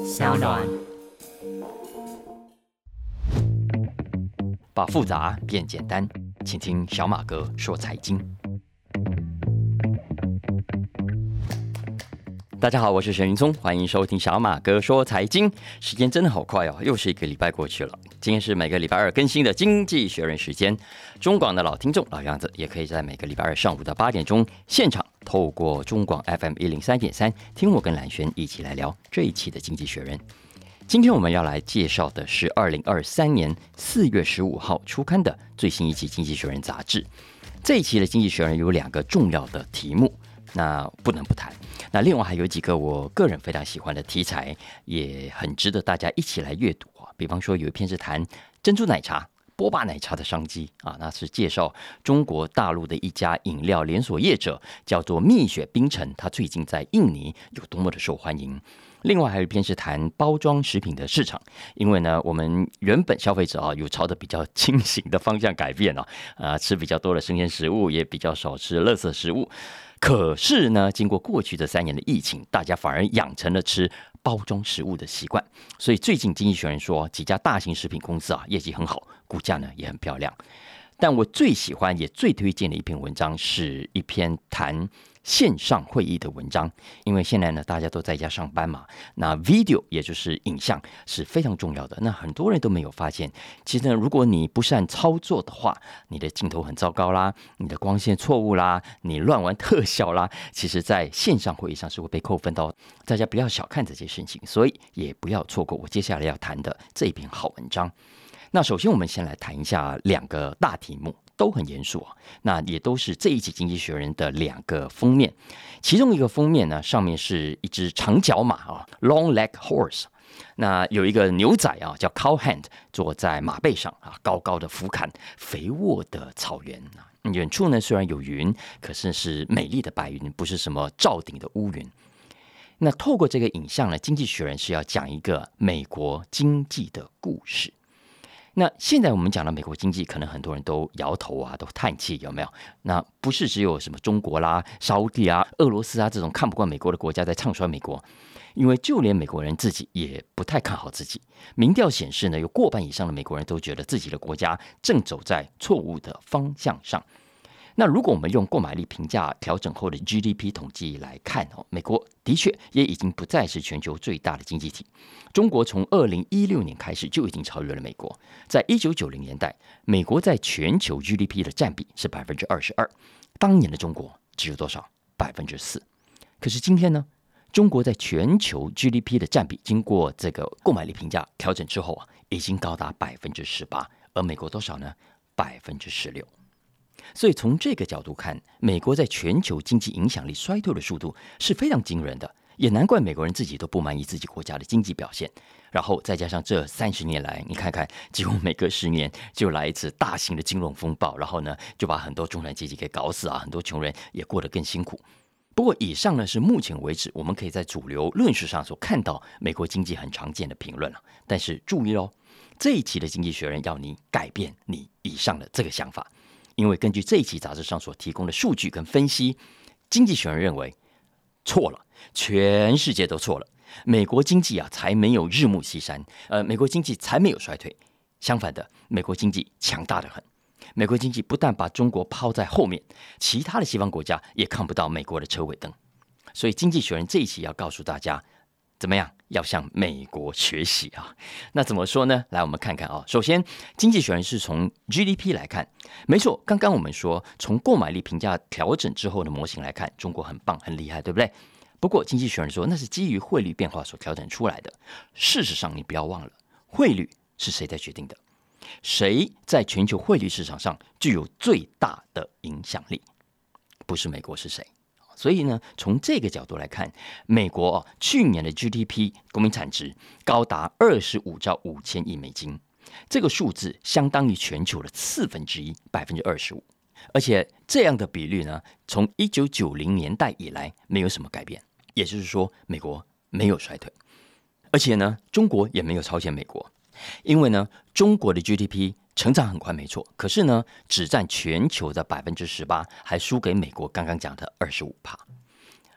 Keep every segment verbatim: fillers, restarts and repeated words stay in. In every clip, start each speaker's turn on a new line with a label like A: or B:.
A: 小暖，
B: 把复杂变简单，请听小马哥说财经。大家好，我是沈云聪，欢迎收听小马哥说财经。时间真的好快哦，又是一个礼拜过去了。今天是每个礼拜二更新的经济学人时间。中广的老听众老样子，也可以在每个礼拜二上午的八点钟现场透过中广 F M 一零三点三听我跟蓝轩一起来聊这一期的经济学人。今天我们要来介绍的是二零二三年四月十五号出刊的最新一期经济学人杂志。这一期的经济学人有两个重要的题目，那不能不谈。那另外还有几个我个人非常喜欢的题材，也很值得大家一起来阅读啊。比方说有一篇是谈珍珠奶茶、波霸奶茶的商机啊，那是介绍中国大陆的一家饮料连锁业者，叫做蜜雪冰城，它最近在印尼有多么的受欢迎。另外还有一篇是谈包装食品的市场，因为呢，我们原本消费者啊有朝着比较清醒的方向改变啊，呃，吃比较多的生鲜食物，也比较少吃垃圾食物。可是呢，经过过去这三年的疫情，大家反而养成了吃包装食物的习惯。所以最近经济学人说，几家大型食品公司啊业绩很好，股价呢也很漂亮。但我最喜欢也最推荐的一篇文章，是一篇谈线上会议的文章。因为现在呢大家都在家上班嘛，那 video 也就是影像是非常重要的。那很多人都没有发现，其实呢如果你不善操作的话，你的镜头很糟糕啦，你的光线错误啦，你乱玩特效啦，其实在线上会议上是会被扣分的。大家不要小看这些事情，所以也不要错过我接下来要谈的这一篇好文章。那首先我们先来谈一下两个大题目，都很严肃啊，那也都是这一期经济学人的两个封面。其中一个封面呢，上面是一只长脚马啊 ，long leg horse。那有一个牛仔啊，叫 cowhand， 坐在马背上啊，高高的俯瞰肥沃的草原啊。远处呢虽然有云，可是是美丽的白云，不是什么罩顶的乌云。那透过这个影像呢，经济学人是要讲一个美国经济的故事。那现在我们讲到美国经济，可能很多人都摇头啊，都叹气，有没有？那不是只有什么中国啦、沙烏地啊、俄罗斯啊这种看不惯美国的国家在唱衰美国，因为就连美国人自己也不太看好自己。民调显示呢，有过半以上的美国人都觉得自己的国家正走在错误的方向上。那如果我们用购买力评价调整后的 G D P 统计来看，美国的确也已经不再是全球最大的经济体。中国从二零一六年开始就已经超越了美国。在一九九零年代，美国在全球 G D P 的占比是百分之二十二，当年的中国只有多少？百分之四。可是今天呢，中国在全球 G D P 的占比，经过这个购买力评价调整之后啊，已经高达百分之十八，而美国多少呢？百分之十六。所以从这个角度看，美国在全球经济影响力衰退的速度是非常惊人的，也难怪美国人自己都不满意自己国家的经济表现。然后再加上这三十年来，你看看，几乎每隔十年就来一次大型的金融风暴，然后呢，就把很多中产阶级给搞死啊，很多穷人也过得更辛苦。不过以上呢是目前为止我们可以在主流论述上所看到美国经济很常见的评论了。但是注意咯，这一期的经济学人要你改变你以上的这个想法。因为根据这一期杂志上所提供的数据跟分析，经济学人认为错了，全世界都错了。美国经济啊才没有日暮西山，呃，美国经济才没有衰退。相反的，美国经济强大得很。美国经济不但把中国抛在后面，其他的西方国家也看不到美国的车尾灯。所以经济学人这一期要告诉大家，怎么样？要向美国学习啊！那怎么说呢？来，我们看看啊。首先，经济学人是从 G D P 来看，没错。刚刚我们说，从购买力评价调整之后的模型来看，中国很棒、很厉害，对不对？不过，经济学人说，那是基于汇率变化所调整出来的。事实上，你不要忘了，汇率是谁在决定的？谁在全球汇率市场上具有最大的影响力？不是美国是谁？所以呢，从这个角度来看，美国、哦、去年的 G D P 国民产值高达二十五兆五千亿美金，这个数字相当于全球的四分之一，百分之二十五。而且这样的比率呢，从一九九零年代以来没有什么改变，也就是说，美国没有衰退，而且呢，中国也没有超前美国，因为呢，中国的 G D P 成长很快没错，可是呢，只占全球的百分之十八，还输给美国刚刚讲的二十五趴。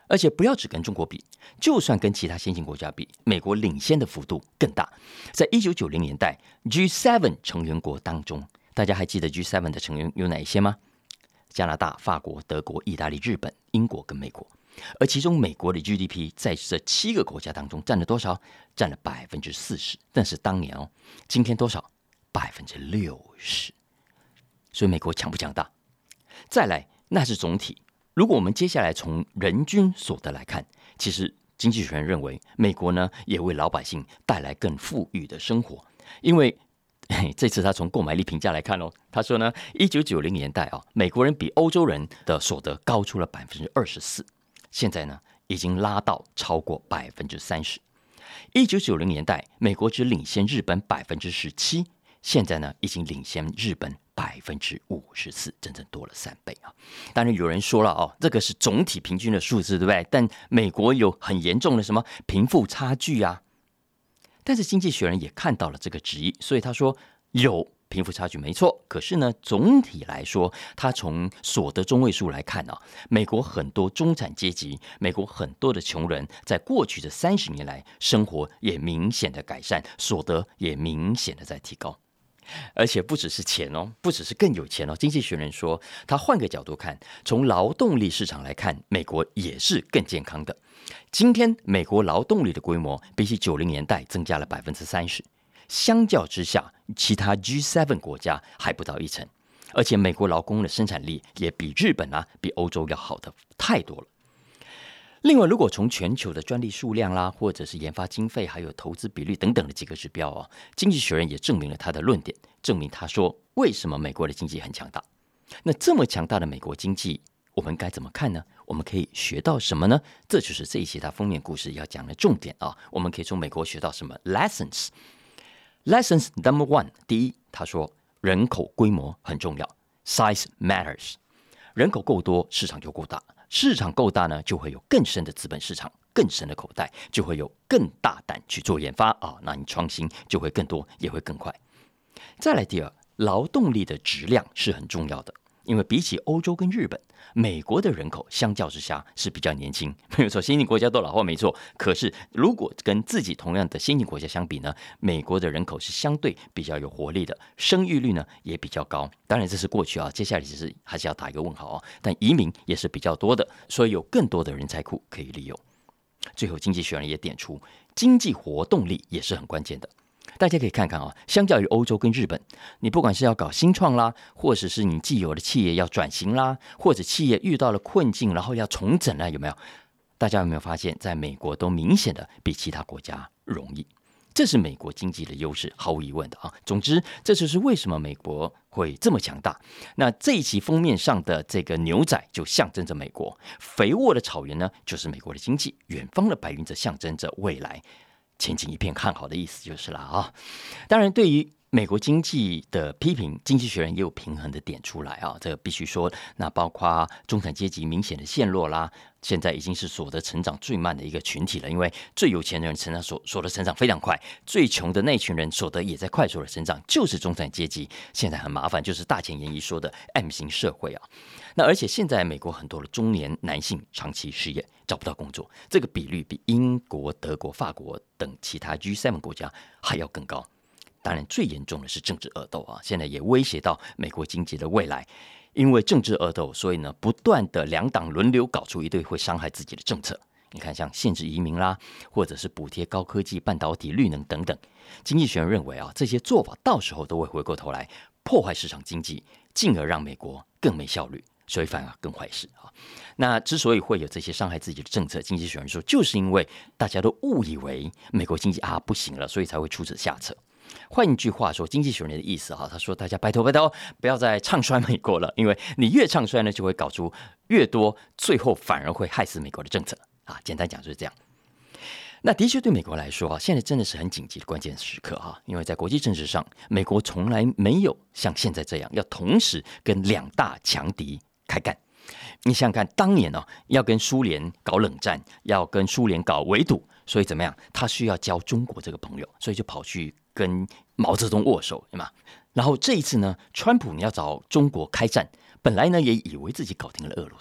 B: 而且不要只跟中国比，就算跟其他先进国家比，美国领先的幅度更大。在一九九零年代 G 七 成员国当中，大家还记得 G 七 的成员有哪一些吗？加拿大、法国、德国、意大利、日本、英国跟美国。而其中美国的 G D P 在这七个国家当中占了多少？占了百分之四十。但是当年哦，今天多少？百分之六十。所以美国强不强大？再来，那是总体。如果我们接下来从人均所得来看，其实经济学人认为，美国呢也为老百姓带来更富裕的生活，因为这次他从购买力评价来看哦，他说呢，一九九零年代啊，美国人比欧洲人的所得高出了百分之二十四，现在呢已经拉到超过百分之三十。一九九零年代，美国只领先日本百分之十七，现在呢已经领先日本百分之五十四，整整多了三倍啊！当然有人说了哦，这个是总体平均的数字，对不对？但美国有很严重的什么贫富差距啊？但是经济学人也看到了这个质疑，所以他说有贫富差距没错，可是呢，总体来说，他从所得中位数来看啊，美国很多中产阶级，美国很多的穷人，在过去的三十年来，生活也明显的改善，所得也明显的在提高。而且不只是钱哦，不只是更有钱哦。经济学人说，他换个角度看，从劳动力市场来看，美国也是更健康的。今天美国劳动力的规模比起九零年代增加了百分之三十，相较之下，其他 G 七 国家还不到一成。而且美国劳工的生产力也比日本啊，比欧洲要好的太多了。另外，如果从全球的专利数量啦，或者是研发经费，还有投资比率等等的几个指标啊，经济学人也证明了他的论点，证明他说为什么美国的经济很强大。那这么强大的美国经济，我们该怎么看呢？我们可以学到什么呢？这就是这一期他封面故事要讲的重点啊！我们可以从美国学到什么 lessons？ Lessons number one， 第一，他说人口规模很重要 ，size matters。人口够多，市场就够大。市场够大呢，就会有更深的资本市场，更深的口袋，就会有更大胆去做研发啊，那你创新就会更多，也会更快。再来第二，劳动力的质量是很重要的，因为比起欧洲跟日本，美国的人口相较之下是比较年轻，没有错，先进国家都老化没错，可是如果跟自己同样的先进国家相比呢，美国的人口是相对比较有活力的，生育率呢也比较高。当然这是过去啊，接下来其实还是要打一个问号啊。但移民也是比较多的，所以有更多的人才库可以利用。最后，经济学人也点出，经济活动力也是很关键的。大家可以看看啊，相较于欧洲跟日本，你不管是要搞新创啦，或者是你既有的企业要转型啦，或者企业遇到了困境，然后要重整啦，有没有？大家有没有发现，在美国都明显的比其他国家容易？这是美国经济的优势，毫无疑问的啊。总之，这就是为什么美国会这么强大。那这一期封面上的这个牛仔就象征着美国，肥沃的草原呢就是美国的经济，远方的白云则象征着未来。前景一片看好的意思就是了啊。当然，对于美国经济的批评，经济学人也有平衡的点出来啊。这个必须说，那包括中产阶级明显的陷落啦，现在已经是所得成长最慢的一个群体了。因为最有钱的人成长所所得成长非常快，最穷的那群人所得也在快速的成长，就是中产阶级。现在很麻烦，就是大前研一说的 M 型社会啊。那而且现在美国很多的中年男性长期失业，找不到工作，这个比率比英国、德国、法国等其他 G 七 国家还要更高。当然，最严重的是政治恶斗啊，现在也威胁到美国经济的未来。因为政治恶斗，所以呢，不断的两党轮流搞出一堆会伤害自己的政策。你看，像限制移民啦，或者是补贴高科技、半导体、绿能等等。经济学人认为啊，这些做法到时候都会回过头来破坏市场经济，进而让美国更没效率。所以反而更坏事啊！那之所以会有这些伤害自己的政策，经济学人说，就是因为大家都误以为美国经济啊不行了，所以才会出此下策。换一句话说，经济学人的意思哈，他说大家拜托拜托，不要再唱衰美国了，因为你越唱衰呢，就会搞出越多，最后反而会害死美国的政策啊。简单讲就是这样。那的确对美国来说啊，现在真的是很紧急的关键时刻哈，因为在国际政治上，美国从来没有像现在这样要同时跟两大强敌开干。你想想看，当年呢、哦、要跟苏联搞冷战，要跟苏联搞围堵，所以怎么样？他需要交中国这个朋友，所以就跑去跟毛泽东握手，对吗？然后这一次呢，川普你要找中国开战，本来呢也以为自己搞定了俄罗斯，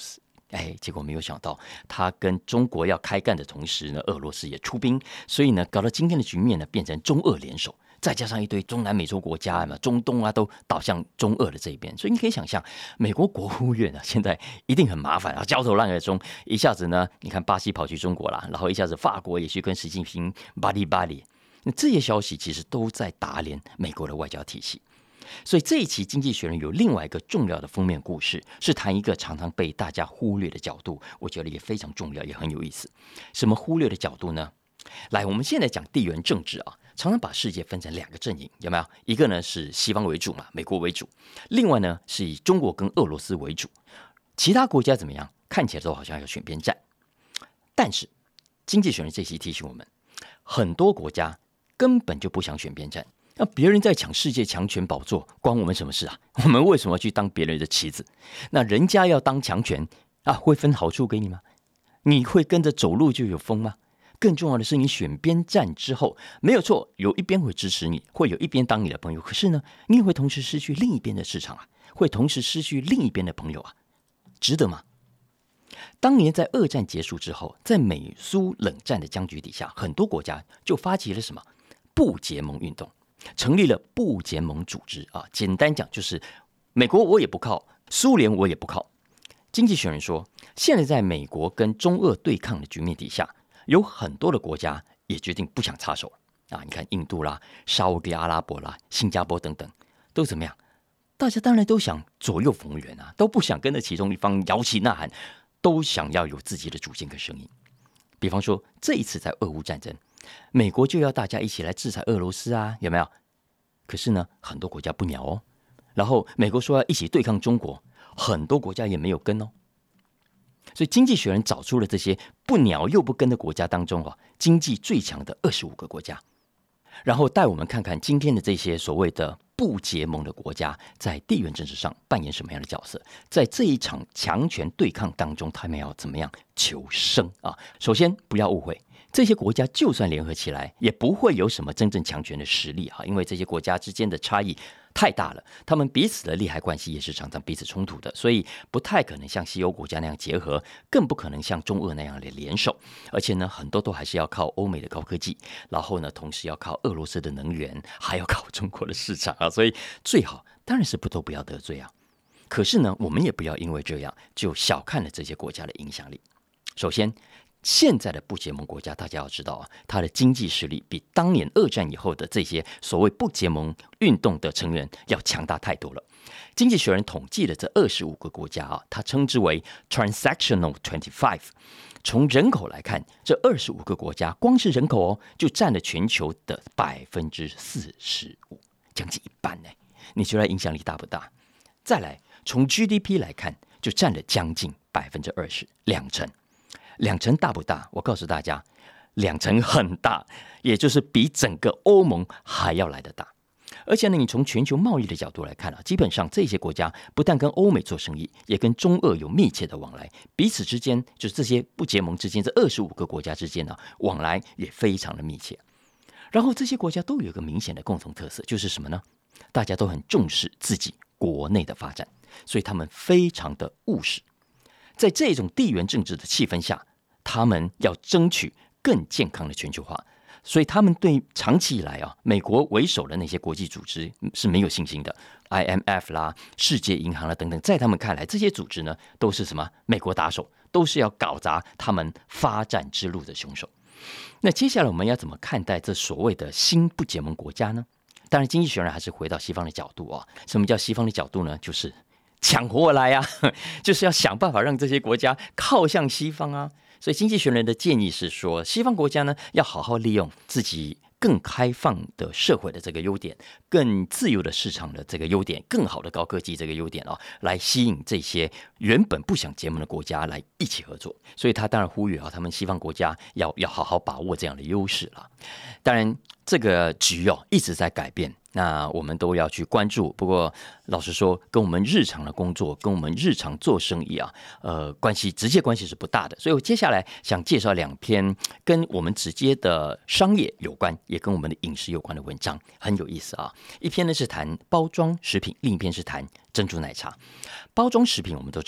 B: 哎，结果没有想到，他跟中国要开干的同时呢，俄罗斯也出兵，所以呢，搞到今天的局面呢，变成中俄联手，再加上一堆中南美洲国家嘛，中东啊都倒向中俄的这一边，所以你可以想象，美国国务院啊，现在一定很麻烦啊，焦头烂额中，一下子呢，你看巴西跑去中国啦，然后一下子法国也去跟习近平巴里巴里，那这些消息其实都在打脸美国的外交体系。所以这一期《经济学人》有另外一个重要的封面故事，是谈一个常常被大家忽略的角度，我觉得也非常重要，也很有意思。什么忽略的角度呢？来，我们现在讲地缘政治啊，常常把世界分成两个阵营，有没有？一个呢是西方为主嘛，美国为主；另外呢是以中国跟俄罗斯为主。其他国家怎么样？看起来都好像要选边站。但是《经济学人》这期提醒我们，很多国家根本就不想选边站。那别人在抢世界强权宝座，关我们什么事啊？我们为什么要去当别人的棋子？那人家要当强权啊，会分好处给你吗？你会跟着走路就有风吗？更重要的是，你选边站之后，没有错，有一边会支持你，会有一边当你的朋友。可是呢，你也会同时失去另一边的市场啊，会同时失去另一边的朋友啊，值得吗？当年在二战结束之后，在美苏冷战的僵局底下，很多国家就发起了什么不结盟运动。成立了不结盟组织啊，简单讲就是美国我也不靠，苏联我也不靠。经济学人说，现在在美国跟中俄对抗的局面底下，有很多的国家也决定不想插手啊。你看印度啦、沙烏地阿拉伯啦、新加坡等等，都怎么样？大家当然都想左右逢源啊，都不想跟着其中一方摇旗呐喊，都想要有自己的主见跟声音。比方说这一次在俄乌战争，美国就要大家一起来制裁俄罗斯啊，有没有？可是呢，很多国家不鸟哦。然后美国说要一起对抗中国，很多国家也没有跟哦。所以经济学人找出了这些不鸟又不跟的国家当中哦，经济最强的二十五个国家，然后带我们看看今天的这些所谓的不结盟的国家，在地缘政治上扮演什么样的角色，在这一场强权对抗当中，他们要怎么样求生啊？首先不要误会。这些国家就算联合起来，也不会有什么真正强权的实力啊，因为这些国家之间的差异太大了，他们彼此的利害关系也是常常彼此冲突的，所以不太可能像西欧国家那样结合，更不可能像中俄那样的联手。而且呢，很多都还是要靠欧美的高科技，然后呢，同时要靠俄罗斯的能源，还要靠中国的市场啊，所以最好当然是不都不要得罪啊。可是呢，我们也不要因为这样就小看了这些国家的影响力。首先，现在的不结盟国家，大家要知道啊，它的经济实力比当年二战以后的这些所谓不结盟运动的成员要强大太多了。经济学人统计的这二十五个国家啊，它称之为 Transactional twenty-five。从人口来看，这二十五个国家光是人口哦，就占了全球的百分之四十五，将近一半呢。你觉得影响力大不大？再来，从 G D P 来看，就占了将近百分之二十，两成。两成大不大？我告诉大家，两成很大，也就是比整个欧盟还要来得大。而且呢，你从全球贸易的角度来看啊，基本上这些国家不但跟欧美做生意，也跟中俄有密切的往来，彼此之间就是这些不结盟之间，这二十五个国家之间呢、啊，往来也非常的密切。然后这些国家都有一个明显的共同特色，就是什么呢？大家都很重视自己国内的发展，所以他们非常的务实。在这种地缘政治的气氛下，他们要争取更健康的全球化，所以他们对长期以来啊，美国为首的那些国际组织是没有信心的 ，I M F 啦、世界银行啦等等，在他们看来，这些组织呢都是什么？美国打手，都是要搞砸他们发展之路的凶手。那接下来我们要怎么看待这所谓的新不结盟国家呢？当然，经济学人还是回到西方的角度啊。什么叫西方的角度呢？就是抢活来啊，就是要想办法让这些国家靠向西方啊。所以经济学人的建议是说，西方国家呢要好好利用自己更开放的社会的这个优点，更自由的市场的这个优点，更好的高科技这个优点啊，来吸引这些原本不想结盟的国家来一起合作。所以他当然呼吁啊，他们西方国家要要好好把握这样的优势了。当然，这个局哦一直在改变。那我们都要去关注，不过老实说，跟我们日常的工作，跟我们日常做生意啊，呃，关系直接关系是不大的。所以我接下来想介绍两篇跟我们直接的商业有关，也跟我们的饮食有关的文章，很有意思啊。一篇呢是谈包装食品，另一篇是谈珍珠奶茶。包装食品我们都知道，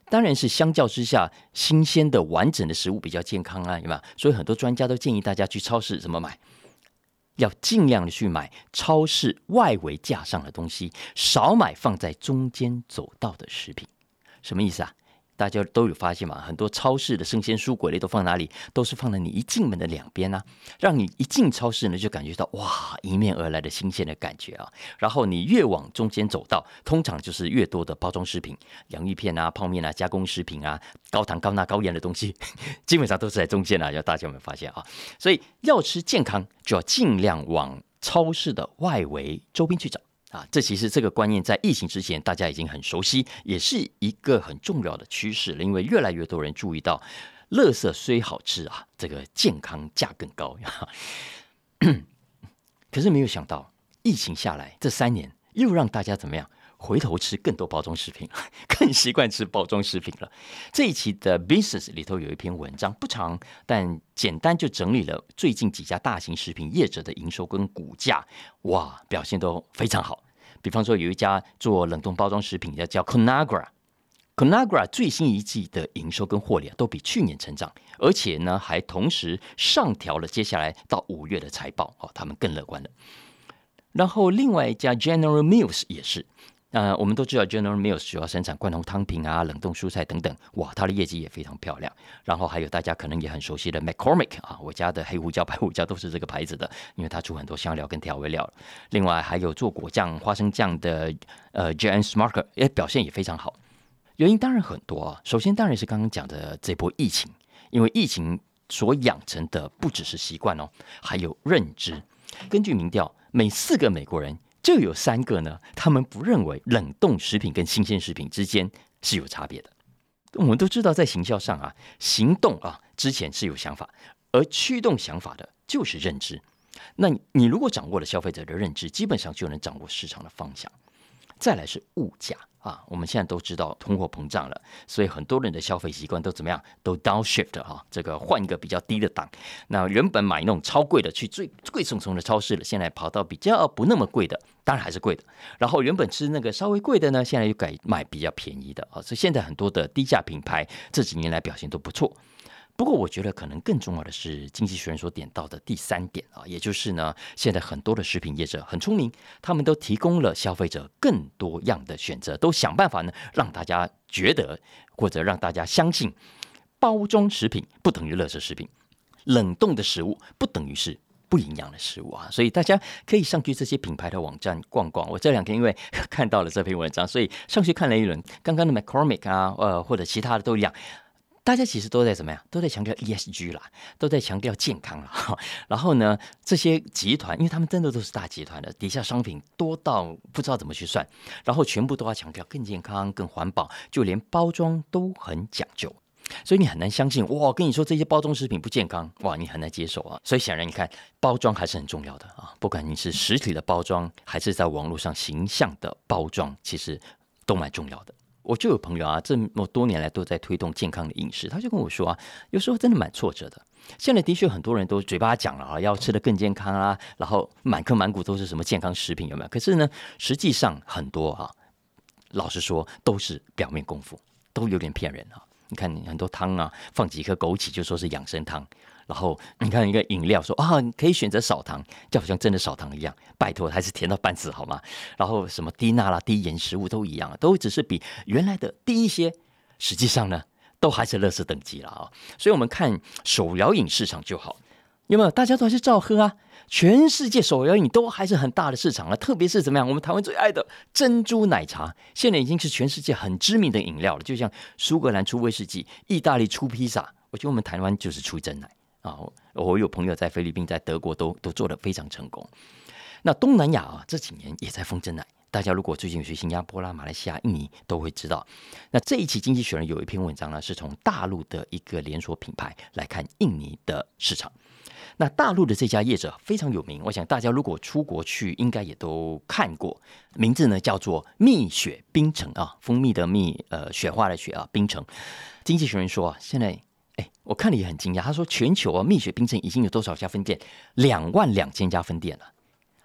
B: 当然是相较之下，新鲜的完整的食物比较健康啊，有没有？所以很多专家都建议大家去超市怎么买，要尽量的去买超市外围架上的东西，少买放在中间走道的食品。什么意思啊？大家都有发现嘛，很多超市的生鲜蔬果类都放哪里？都是放在你一进门的两边啊，让你一进超市呢就感觉到哇，迎面而来的新鲜的感觉啊。然后你越往中间走到，通常就是越多的包装食品、洋芋片啊、泡面啊、加工食品啊、高糖、高钠、高盐的东西，基本上都是在中间啊。大家有没有发现啊？所以要吃健康，就要尽量往超市的外围周边去找。啊，这其实这个观念在疫情之前大家已经很熟悉，也是一个很重要的趋势了。因为越来越多人注意到，垃圾虽好吃啊，这个健康价更高。可是没有想到，疫情下来这三年，又让大家怎么样？回头吃更多包装食品，更习惯吃包装食品了。这一期的 Business 里头有一篇文章，不长，但简单就整理了最近几家大型食品业者的营收跟股价，哇，表现都非常好。比方说有一家做冷冻包装食品的叫 Conagra，Conagra 最新一季的营收跟获利都比去年成长，而且呢还同时上调了接下来到五月的财报，哦，他们更乐观了。然后另外一家 General Mills 也是。呃，我们都知道 General Mills 主要生产罐头汤品啊、冷冻蔬菜等等，哇，它的业绩也非常漂亮。然后还有大家可能也很熟悉的 McCormick 啊，我家的黑胡椒、白胡椒都是这个牌子的，因为它出很多香料跟调味料。另外还有做果酱、花生酱的呃 J and Smucker， 也表现也非常好。原因当然很多啊，首先当然是刚刚讲的这波疫情，因为疫情所养成的不只是习惯哦，还有认知。根据民调，每四个美国人就有三个呢，他们不认为冷冻食品跟新鲜食品之间是有差别的。我们都知道，在行销上啊，行动啊之前是有想法，而驱动想法的就是认知。那你如果掌握了消费者的认知，基本上就能掌握市场的方向。再来是物价啊，我们现在都知道通货膨胀了，所以很多人的消费习惯都怎么样？都 downshift 啊，这个换一个比较低的档。那原本买那种超贵的，去最贵松松的超市了，现在跑到比较不那么贵的，当然还是贵的。然后原本吃那个稍微贵的呢，现在又改买比较便宜的啊。所以现在很多的低价品牌这几年来表现都不错。不过我觉得可能更重要的是经济学人所点到的第三点啊，也就是呢，现在很多的食品业者很聪明，他们都提供了消费者更多样的选择，都想办法呢让大家觉得或者让大家相信，包装食品不等于垃圾食品，冷冻的食物不等于是不营养的食物啊，所以大家可以上去这些品牌的网站逛逛。我这两天因为看到了这篇文章，所以上去看了一轮，刚刚的 McCormick 啊，呃或者其他的都一样。大家其实都在怎么样？都在强调 E S G 啦，都在强调健康啦。然后呢，这些集团，因为他们真的都是大集团的，底下商品多到不知道怎么去算，然后全部都要强调更健康、更环保，就连包装都很讲究。所以你很难相信，哇！跟你说这些包装食品不健康，哇，你很难接受啊。所以显然你看，包装还是很重要的啊。不管你是实体的包装，还是在网络上形象的包装，其实都蛮重要的。我就有朋友啊，这么多年来都在推动健康的饮食，他就跟我说啊，有时候真的蛮挫折的。现在的确很多人都嘴巴讲了啊，要吃得更健康啊，然后满坑满谷都是什么健康食品，有没有？可是呢，实际上很多啊，老实说都是表面功夫，都有点骗人啊。你看很多汤啊，放几颗枸杞就说是养生汤，然后你看一个饮料说啊，你可以选择少糖，就好像真的少糖一样，拜托还是甜到半死好吗？然后什么低钠啦、低盐食物都一样，都只是比原来的低一些，实际上呢，都还是垃圾等级了啊。所以我们看手摇饮市场就好，有没有？大家都还是照喝啊。全世界手摇饮都还是很大的市场了，特别是怎么样？我们台湾最爱的珍珠奶茶，现在已经是全世界很知名的饮料了。就像苏格兰出威士忌，意大利出披萨，我觉得我们台湾就是出珍奶啊。我有朋友在菲律宾、在德国都都做得非常成功。那东南亚啊，这几年也在疯珍奶。大家如果最近有去新加坡啦、马来西亚、印尼，都会知道。那这一期《经济学人》有一篇文章呢，是从大陆的一个连锁品牌来看印尼的市场。那大陆的这家业者非常有名，我想大家如果出国去，应该也都看过。名字呢叫做蜜雪冰城啊，蜂蜜的蜜，呃，雪花的雪啊，冰城。经济学人说啊，现在，哎，我看了也很惊讶，他说全球啊，蜜雪冰城已经有多少家分店？两万两千家分店了。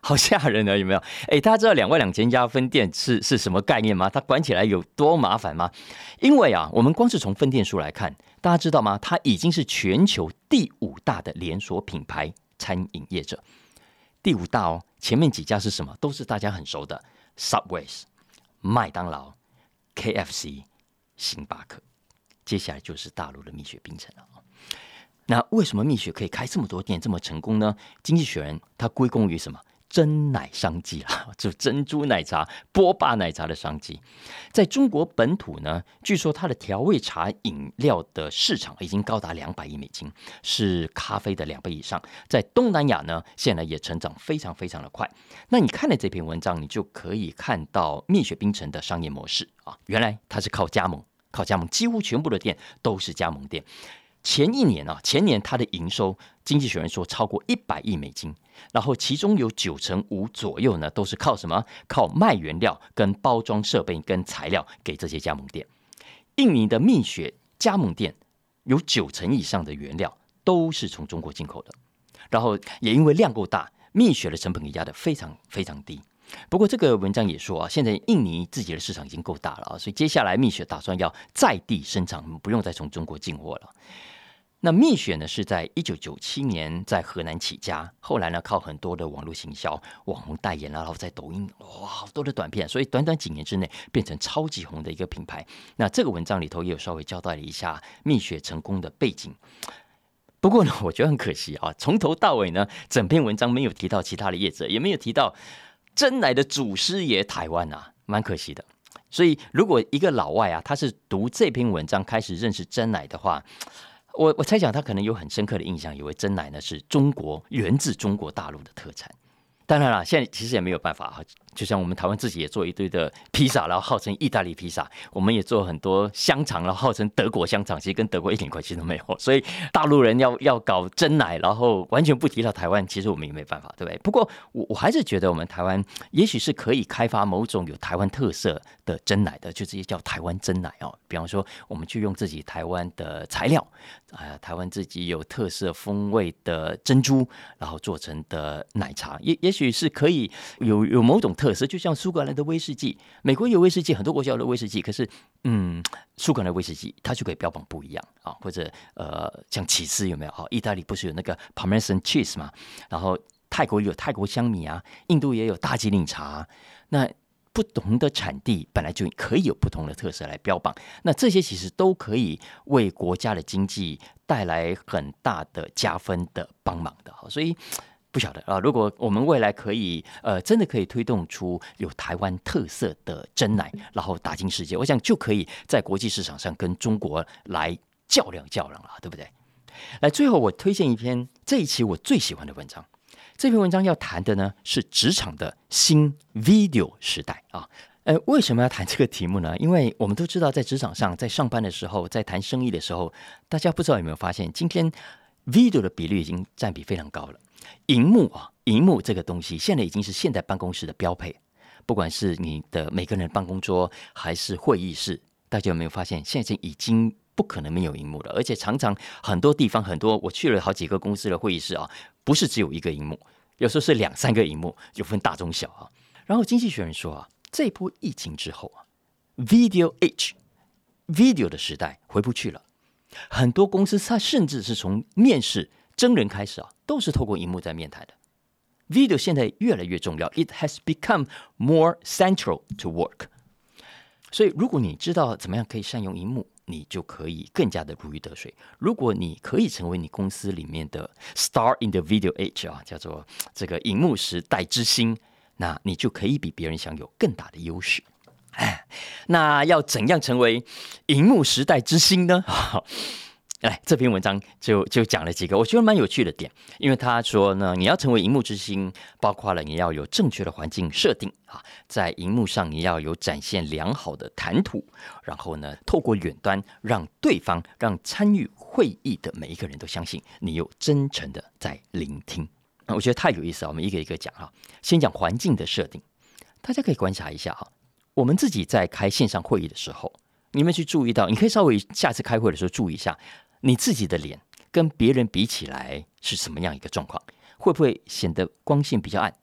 B: 好吓人啊，有没有？哎，大家知道两万两千家分店是是什么概念吗？它管起来有多麻烦吗？因为啊，我们光是从分店数来看，大家知道吗？它已经是全球第五大的连锁品牌餐饮业者。第五大哦，前面几家是什么？都是大家很熟的 Subway、麦当劳、K F C、星巴克。接下来就是大陆的蜜雪冰城了。那为什么蜜雪可以开这么多店这么成功呢？经济学人它归功于什么？珍奶商机啦，就珍珠奶茶、波霸奶茶的商机。在中国本土呢，据说它的调味茶饮料的市场已经高达两百亿美金，是咖啡的两倍以上。在东南亚呢，现在也成长非常非常的快。那你看了这篇文章，你就可以看到蜜雪冰城的商业模式啊，原来它是靠加盟，靠加盟，几乎全部的店都是加盟店。前一年啊，前年它的营收，经济学人说超过一百亿美金，然后其中有九成五左右呢，都是靠什么？靠卖原料、跟包装设备、跟材料给这些加盟店。印尼的蜜雪加盟店有九成以上的原料都是从中国进口的，然后也因为量够大，蜜雪的成本也压得非常非常低。不过这个文章也说啊，现在印尼自己的市场已经够大了，所以接下来蜜雪打算要在地生产，不用再从中国进货了。那蜜雪呢，是在一九九七年在河南起家，后来呢靠很多的网络行销、网红代言，然后在抖音哇好多的短片，所以短短几年之内变成超级红的一个品牌。那这个文章里头也有稍微交代了一下蜜雪成功的背景。不过呢，我觉得很可惜啊，从头到尾呢，整篇文章没有提到其他的业者，也没有提到珍奶的祖师爷台湾啊，蛮可惜的。所以如果一个老外啊，他是读这篇文章开始认识珍奶的话，我我猜想他可能有很深刻的印象，以为珍奶呢是中国源自中国大陆的特产。当然了，现在其实也没有办法，就像我们台湾自己也做一堆的披萨，然后号称意大利披萨，我们也做很多香肠，然后号称德国香肠，其实跟德国一点关系都没有。所以大陆人要要搞珍奶，然后完全不提到台湾，其实我们也没办法，对不对？不过我我还是觉得我们台湾也许是可以开发某种有台湾特色的珍奶的，就直接叫台湾珍奶哦。比方说，我们去用自己台湾的材料，啊，台湾自己有特色风味的珍珠，然后做成的奶茶，也也许是可以有有某种特色，就像苏格兰的威士忌，美国有威士忌，很多国家有的威士忌，可是嗯，苏格兰的威士忌它就可以标榜不一样啊，或者呃，像起司有没有啊？意大利不是有那个 Parmesan cheese 嘛？然后泰国有泰国香米啊，印度也有大吉岭茶，那不同的产地本来就可以有不同的特色来标榜，那这些其实都可以为国家的经济带来很大的加分的帮忙的，所以不晓得啊，如果我们未来可以呃真的可以推动出有台湾特色的珍奶，然后打进世界，我想就可以在国际市场上跟中国来较量较量了，对不对？来，最后我推荐一篇这一期我最喜欢的文章。这篇文章要谈的呢是职场的新 video 时代啊。呃，为什么要谈这个题目呢？因为我们都知道，在职场上，在上班的时候，在谈生意的时候，大家不知道有没有发现，今天 video 的比率已经占比非常高了。荧幕啊，荧幕这个东西，现在已经是现代办公室的标配。不管是你的每个人的办公桌，还是会议室，大家有没有发现，现在已经不可能没有荧幕了？而且常常很多地方，很多我去了好几个公司的会议室啊，不是只有一个荧幕，有时候是两三个荧幕，有分大中小啊。然后经济学人说啊，这波疫情之后啊 ，Video Age，Video 的时代回不去了。很多公司它甚至是从面试真人开始啊，都是透过荧幕在面谈的。Video 现在越来越重要 ，It has become more central to work。所以，如果你知道怎么样可以善用荧幕，你就可以更加的如鱼得水。如果你可以成为你公司里面的 Star in the Video Age 啊，叫做这个荧幕时代之星，那你就可以比别人享有更大的优势。那要怎样成为荧幕时代之星呢？来，这篇文章就就讲了几个我觉得蛮有趣的点，因为他说呢，你要成为荧幕之星，包括了你要有正确的环境设定啊，在荧幕上你要有展现良好的谈吐，然后呢，透过远端让对方、让参与会议的每一个人都相信你有真诚的在聆听。我觉得太有意思了，我们一个一个讲哈。先讲环境的设定，大家可以观察一下哈，我们自己在开线上会议的时候，你们去注意到，你可以稍微下次开会的时候注意一下。你自己的脸跟别人比起来是什么样一个状况？会不会显得光线比较暗？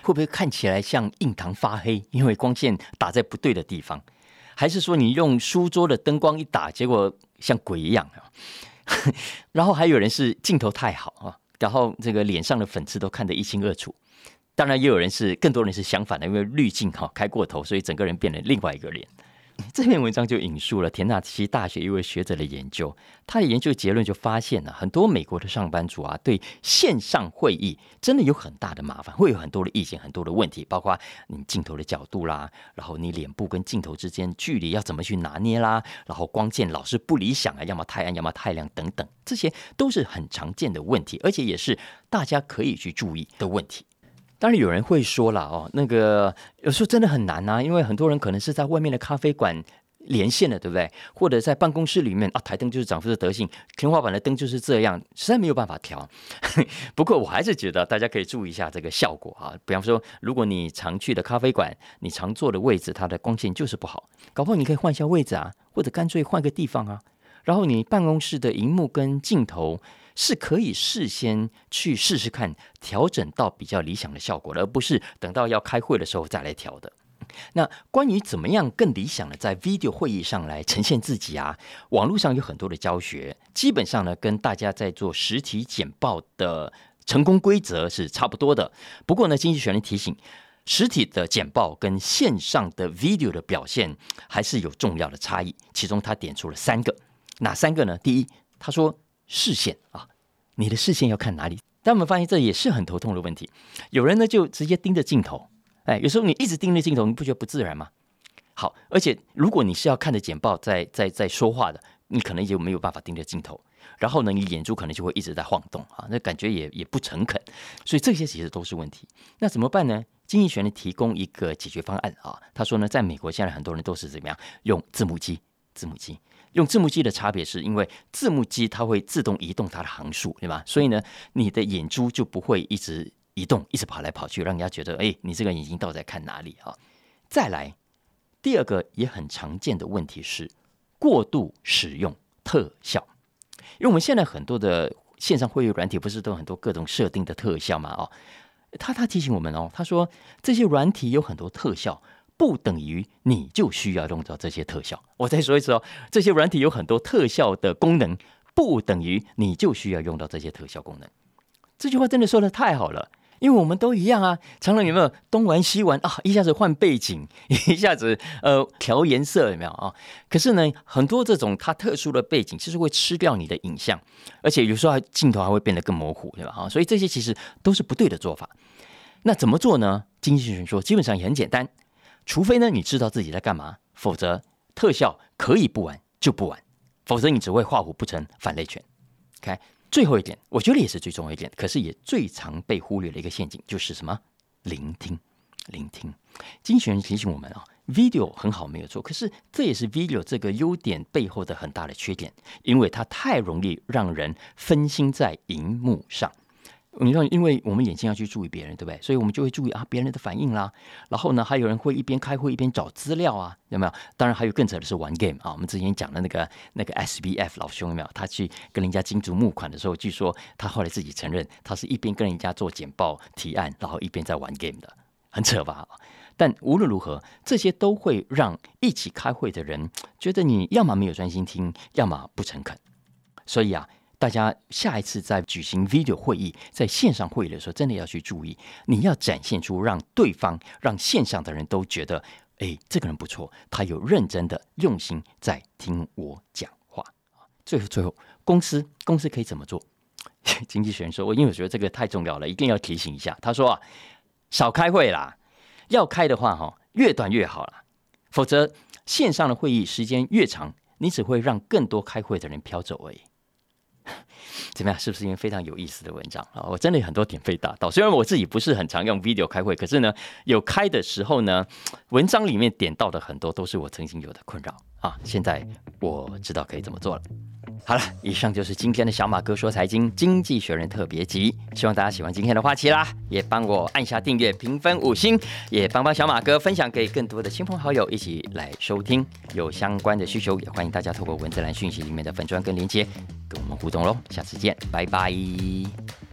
B: 会不会看起来像印堂发黑，因为光线打在不对的地方？还是说你用书桌的灯光一打，结果像鬼一样？然后还有人是镜头太好啊，然后这个脸上的粉刺都看得一清二楚。当然也有人是，更多人是相反的，因为滤镜开过头，所以整个人变成另外一个脸。这篇文章就引述了田纳西大学一位学者的研究，他的研究结论就发现了很多美国的上班族啊，对线上会议真的有很大的麻烦，会有很多的意见，很多的问题，包括你镜头的角度啦，然后你脸部跟镜头之间距离要怎么去拿捏啦，然后光线老是不理想啊，要么太暗，要么太亮等等，这些都是很常见的问题，而且也是大家可以去注意的问题。当然有人会说了哦，那个有时候真的很难啊，因为很多人可能是在外面的咖啡馆连线的，对不对？或者在办公室里面啊，台灯就是长这个德性，天花板的灯就是这样，实在没有办法调。不过我还是觉得大家可以注意一下这个效果啊。比方说，如果你常去的咖啡馆，你常坐的位置，它的光线就是不好，搞不好你可以换一下位置啊，或者干脆换个地方啊。然后你办公室的荧幕跟镜头是可以事先去试试看，调整到比较理想的效果的，而不是等到要开会的时候再来调的。那关于怎么样更理想的在 video 会议上来呈现自己啊，网络上有很多的教学，基本上呢跟大家在做实体简报的成功规则是差不多的。不过呢，经济学人提醒，实体的简报跟线上的 video 的表现还是有重要的差异，其中他点出了三个。哪三个呢？第一，他说视线啊，你的视线要看哪里？但我们发现这也是很头痛的问题。有人呢就直接盯着镜头，哎，有时候你一直盯着镜头，你不觉得不自然吗？好，而且如果你是要看着简报在在在说话的，你可能就没有办法盯着镜头，然后呢，你眼珠可能就会一直在晃动啊，那感觉也也不诚恳，所以这些其实都是问题。那怎么办呢？经济学人提供一个解决方案啊，他说呢，在美国现在很多人都是怎么样用字幕机，字幕机。用字幕机的差别是因为字幕机它会自动移动它的行数，对吧？所以呢，你的眼珠就不会一直移动，一直跑来跑去，让人家觉得，哎，你这个眼睛到底在看哪里啊？再来，第二个也很常见的问题是过度使用特效，因为我们现在很多的线上会议软体不是都有很多各种设定的特效嘛？哦，他他提醒我们哦，他说这些软体有很多特效。不等于你就需要用到这些特效。我再说一次哦，这些软体有很多特效的功能，不等于你就需要用到这些特效功能。这句话真的说得太好了，因为我们都一样啊，常常有没有东玩西玩啊，一下子换背景，一下子呃调颜色，有没有啊？可是呢，很多这种它特殊的背景，就是会吃掉你的影像，而且有时候镜头还会变得更模糊，对吧？所以这些其实都是不对的做法。那怎么做呢？经济学人说，基本上也很简单。除非呢，你知道自己在干嘛，否则特效可以不玩就不玩，否则你只会画虎不成反类犬。OK， 最后一点，我觉得也是最重要一点，可是也最常被忽略的一个陷阱，就是什么？聆听。聆听。经济学人提醒我们啊 ，video 很好没有错，可是这也是 video 这个优点背后的很大的缺点，因为它太容易让人分心在荧幕上。你看，因为我们眼睛要去注意别人，对不对？所以我们就会注意啊别人的反应啦。然后呢，还有人会一边开会一边找资料啊，有没有？当然还有更扯的是玩 game 啊。我们之前讲的那个那个 S B F 老兄有没有？他去跟人家金主募款的时候，据说他后来自己承认，他是一边跟人家做简报提案，然后一边在玩 game 的，很扯吧？但无论如何，这些都会让一起开会的人觉得你要么没有专心听，要么不诚恳。所以啊。大家下一次在举行 video 会议，在线上会议的时候，真的要去注意，你要展现出让对方、让线上的人都觉得，哎，这个人不错，他有认真的用心在听我讲话。最后，最后，公司公司可以怎么做？经济学人说，我因为我觉得这个太重要了，一定要提醒一下。他说啊，少开会啦，要开的话哈，越短越好啦，否则线上的会议时间越长，你只会让更多开会的人飘走而已。怎么样？是不是一篇非常有意思的文章啊？我真的有很多点被打到。虽然我自己不是很常用 video 开会，可是呢，有开的时候呢，文章里面点到的很多都是我曾经有的困扰啊。现在我知道可以怎么做了。好了，以上就是今天的小马哥说财经经济学人特别集，希望大家喜欢今天的话题啦，也帮我按下订阅、评分五星，也帮帮小马哥分享给更多的亲朋好友一起来收听。有相关的需求，也欢迎大家透过文字栏讯息里面的粉专跟连结跟我们互动喽。下次见，拜拜。